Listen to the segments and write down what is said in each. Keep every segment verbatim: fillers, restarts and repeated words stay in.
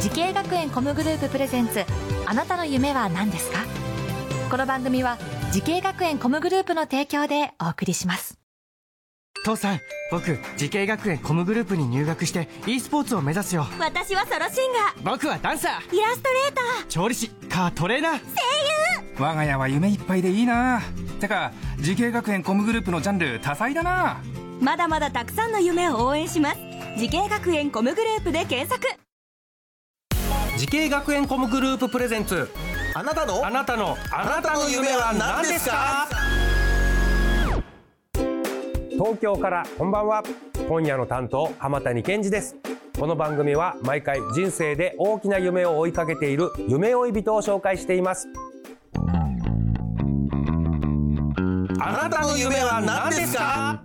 時系学園コムグループプレゼンツ、あなたの夢は何ですか？この番組は時系学園コムグループの提供でお送りします。 父さん、僕時系学園コムグループに入学して e スポーツを目指すよ。 私はソロシンガー、 僕はダンサー、 イラストレーター、 調理師、カートレーナー、声優。我が家は夢いっぱいでいいな。てか時系学園コムグループのジャンル多彩だな。 まだまだたくさんの夢を応援します。時系学園コムグループで検索。 時系学園コムグループプレゼンツ、あなたのあなたのあなたの夢は何ですか？ 東京からこんばんは。今夜の担当浜谷健二です。この番組は毎回人生で大きな夢を追いかけている夢追い人を紹介しています。 あなたの夢は何ですか？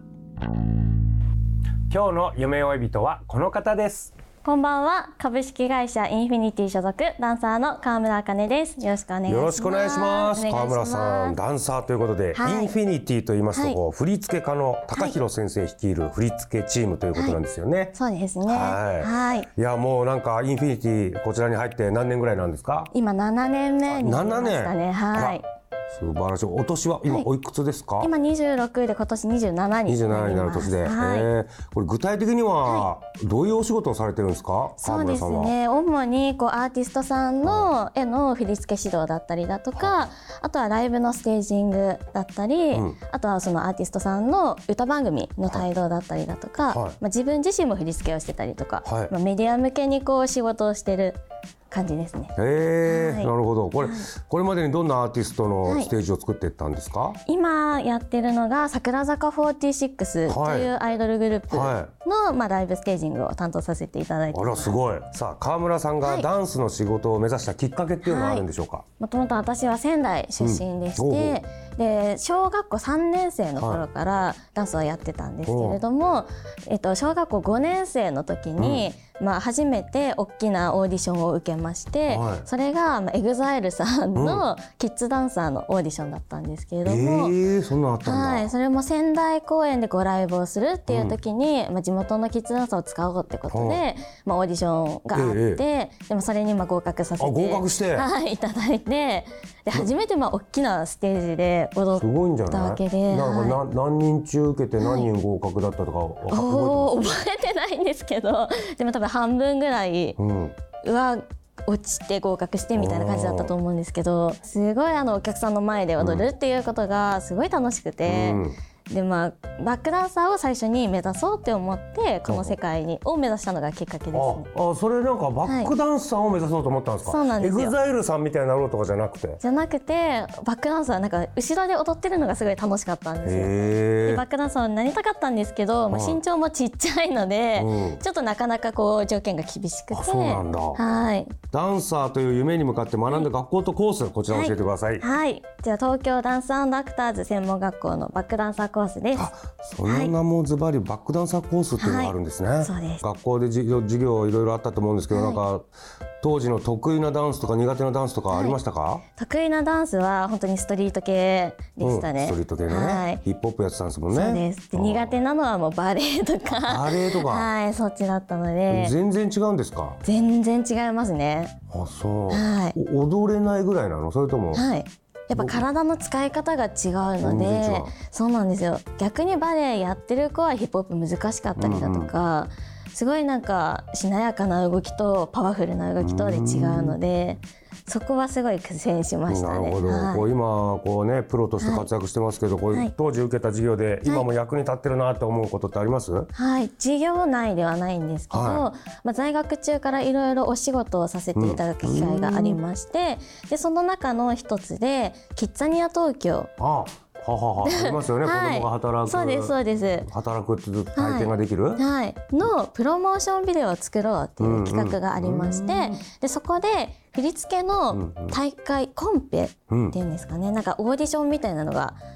今日の夢追い人はこの方です。 こんばんは。株式会社インフィニティ所属ダンサーの川村茜です。よろしくお願いします。 よろしくお願いします。川村さん、ダンサーということで、はい、インフィニティと言いますと、こう、はい、振付家の高弘先生率いる振付チームということなんですよね。はい、 そうですね。 はい。はい。いや、もうなんかインフィニティこちらに入って何年ぐらいなんですか？ 今ななねんめになりましたね。はい。 素晴らしい。お年は今おいくつですか？はい、 今にじゅうろくで今年にじゅうななににじゅうななになる年で、はい、えー、これ具体的にはどういうお仕事をされてるんですか？はい、 そうですね、主にこうアーティストさんの絵の振り付け指導だったりだとか、はい、あとはライブのステージングだったり、うん、あとはそのアーティストさんの歌番組の帯同だったりだとか、はい、まあ、自分自身も振り付けをしてたりとか、はい、まあ、メディア向けにこう仕事をしてる感じですね。 へー、はい、なるほど。これ、はい、これまでにどんなアーティストのステージを作っていったんですか？はい、 今やってるのが桜坂フォーティーシックスというアイドルグループの、はい、まあ、ライブステージングを担当させていただいてます。 あら、すごい。さあ、川村さんがダンスの仕事を目指したきっかけっていうのはあるんでしょうか？ もともと私は仙台出身でして、うん、で小学校さんねん生の頃からダンスをやってたんですけれども、はい、えっと、小学校ごねん生の時に、うん、まあ、初めて大きなオーディションを受けまして、はい、それが、まあ、エグザイルさんのキッズダンサーのオーディションだったんですけれども、 えー、そんなあったんだ。 はい、それも仙台公演でごライブをするっていう時に、うん、まあ、地元のキッズダンサーを使おうってことで、まあ、オーディションがあって、えー、でもそれにまあ合格させて、 合格して、 はい、いただいて、で初めてまあ大きなステージで踊ったわけで、 なんかな、何人中受けて何人合格だったとか、はい、 覚えてないんですけど、でも多分半分ぐらいは落ちて合格してみたいな感じだったと思うんですけど、すごいあのお客さんの前で踊るっていうことがすごい楽しくて、うん、でまあ、バックダンサーを最初に目指そうって思ってこの世界にを目指したのがきっかけですね。 ああ、それなんかバックダンサーを目指そうと思ったんですか？ そうなんですよ。 エグザイルさんみたいになろうとかじゃなくて？ じゃなくて、バックダンサーなんか後ろで踊ってるのがすごい楽しかったんですよ。でバックダンサーになりたかったんですけど、まあ、身長もちっちゃいので、うん、ちょっとなかなかこう条件が厳しくて。 そうなんだ。 はい。 ダンサーという夢に向かって学んだ学校とコース、はい、こちら教えてください。 はい、はい、じゃあ東京ダンス&アクターズ専門学校のバックダンサーコースです。 その名もズバリバックダンサーコースっていうのがあるんですね。はい、そうです。学校で授業、授業いろいろあったと思うんですけど、はい、なんか当時の得意なダンスとか苦手なダンスとかありましたか？はい、 得意なダンスは本当にストリート系でしたね。 うん、ストリート系のね、はい、ヒップホップやってたんですもんね。 そうです。で苦手なのはもうバレエとか。 バレエとか。 はい、そっちだったので。 全然違うんですか？ 全然違いますね。 あ、そう。はい。踊れないぐらいなの？それとも。 はい。やっぱ体の使い方が違うので、そうなんですよ。逆にバレエやってる子はヒップホップ難しかったりだとか、うんうん、すごいなんかしなやかな動きとパワフルな動きとで違うので、そこはすごい苦戦しましたね。 なるほど。はい、こう今こうねプロとして活躍してますけど、はい、こう当時受けた授業で今も役に立ってるなと思うことってあります？ はい、授業内ではないんですけど、はい、まあ、在学中からいろいろお仕事をさせていただく機会がありまして、うん、でその中の一つでキッザニア東京。 ああ、ははは、ありますよね。はい、子供が働く。 そうですそうです。 働くっていう体験ができる。 はい、はい、のプロモーションビデオを作ろうっていう企画がありまして、うんうん、でそこで振り付けの大会、うんうん、コンペっていうんですかね、なんかオーディションみたいなのがあ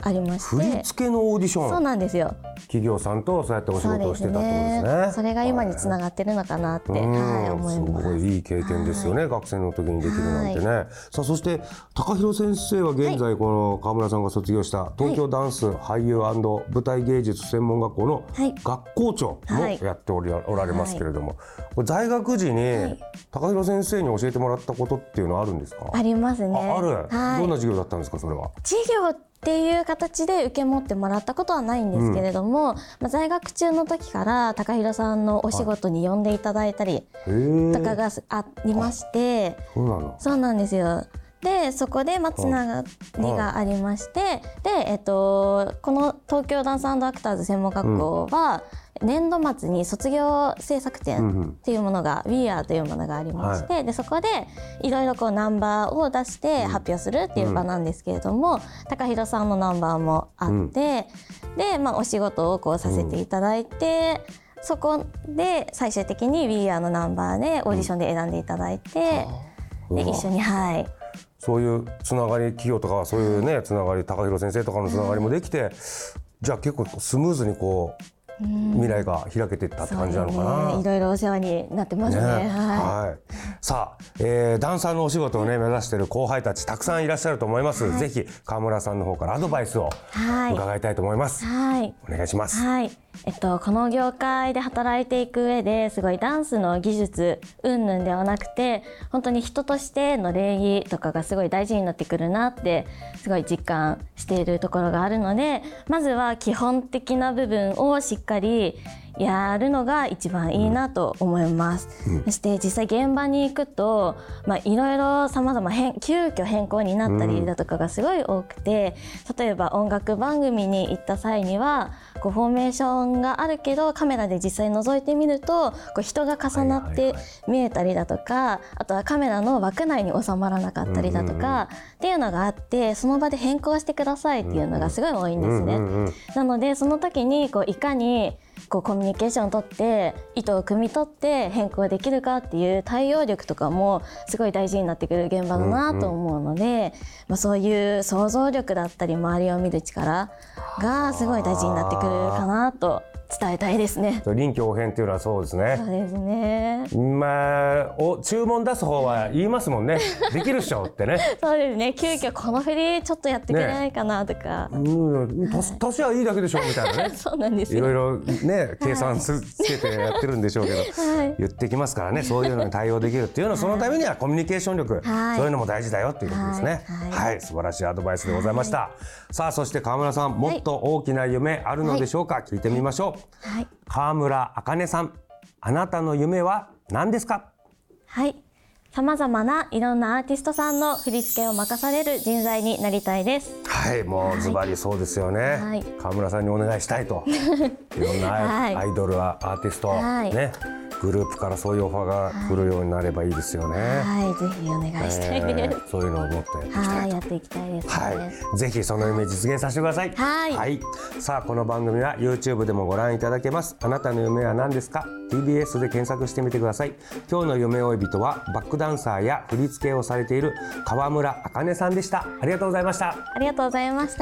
ありまして、 振付のオーディション。 そうなんですよ。 企業さんとそうやってお仕事をしてたってことですね。 そうですね。それが今につながってるのかなって、はい、思います。 すごいいい経験ですよね、はい、学生の時にできるなんてね、はい、さあそして高弘先生は現在この川村さんが卒業した東京ダンス俳優&舞台芸術専門学校の学校長もやっており、おられますけれども、これ在学時に高弘先生に教えてもらったことっていうのはあるんですか？ ありますね。 あ、ある、 はい、 どんな授業だったんですか？それは授業っていう形で受け持ってもらったことはないんですけれども、うん、まあ、在学中の時から高弘さんのお仕事に呼んでいただいたりとかがありまして、 そうなの？そうなんですよ。でそこでまあつながりがありまして、で、えっと、この東京ダンス&アクターズ専門学校は、うん、年度末に卒業制作展っていうものが、うん、We Are というものがありまして、はい、でそこでいろいろこうナンバーを出して発表するっていう場なんですけれども、うん、高弘さんのナンバーもあって、うん、で、まあ、お仕事をこうさせていただいて、うん、そこで最終的に We Are のナンバーでオーディションで選んでいただいて、うん、で一緒に、はい、 そういうつながり、企業とかはそういうねつながり、高弘先生とかのつながりもできて、じゃあ結構スムーズにこう未来が開けていったって感じなのかな。 ね、いろいろお世話になってますね。ね、はいはい、さあ、えー、ダンサーのお仕事をね目指している後輩たちたくさんいらっしゃると思います。はい、ぜひ川村さんの方からアドバイスを伺いたいと思います。はい、お願いします。 はい、えっと、この業界で働いていく上ですごいダンスの技術云々ではなくて、本当に人としての礼儀とかがすごい大事になってくるなってすごい実感しているところがあるので、まずは基本的な部分をしっかりやるのが一番いいなと思います。うん、そして実際現場に行くと、まあ、いろいろさまざま急遽変更になったりだとかがすごい多くて、例えば音楽番組に行った際にはこうフォーメーションがあるけどカメラで実際覗いてみるとこう人が重なって見えたりだとか、あとはカメラの枠内に収まらなかったりだとかっていうのがあって、その場で変更してくださいっていうのがすごい多いんですね。なのでその時にこういかにこうコミュニケーションを取って意図を汲み取って変更できるかっていう対応力とかもすごい大事になってくる現場だなと思うので、うんうん、まあ、そういう想像力だったり周りを見る力がすごい大事になってくるかなと伝えたいですね。 臨機応変っていうのはそうですね。 そうですね。 まあ、お注文出す方は言いますもんね。できるっしょってね。そうですね。 急遽この振りちょっとやってくれないかなとか。 ね、うん、年はいいだけでしょみたいなね。 そうなんですよ。 いろいろね計算つけてやってるんでしょうけど、はい、言ってきますからね。そういうのに対応できるっていうのは、そのためにはコミュニケーション力、はい、そういうのも大事だよっていうことですね。はい、はいはい、素晴らしいアドバイスでございました。はい、さあそして川村さん、もっと大きな夢あるのでしょうか。はい、聞いてみましょう。はい、川村茜さん、あなたの夢は何ですか？ はい、さまざまないろんなアーティストさんの振り付けを任される人材になりたいです。 はい、もうズバリそうですよね。はい、川村さんにお願いしたいと。いろんなアイドルはアーティスト、はい、ね、グループからそういうオファーが来るようになればいいですよね。 はい、ぜひお願いしたいです。 えー、そういうのをもっとやっていきたいと。 はい、やっていきたいですね。 はい、ぜひその夢実現させてください。 はい。 はい、さあこの番組は YouTube でもご覧いただけます。あなたの夢は何ですか？ ティービーエス で検索してみてください。今日の夢追い人はバックダンサーや振り付けをされている川村茜さんでした。ありがとうございました。 ありがとうございました。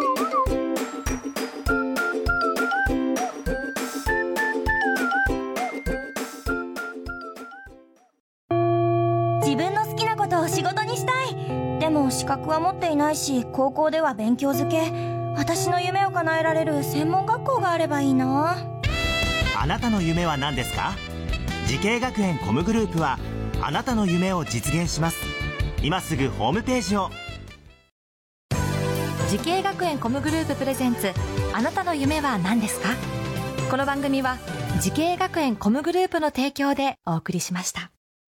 自分の好きなことを仕事にしたい。でも資格は持っていないし、高校では勉強づけ。私の夢を叶えられる専門学校があればいいな。 あなたの夢は何ですか？時系学園コムグループはあなたの夢を実現します。今すぐホームページを。 時系学園コムグループプレゼンツ、あなたの夢は何ですか？この番組は時系学園コムグループの提供でお送りしました。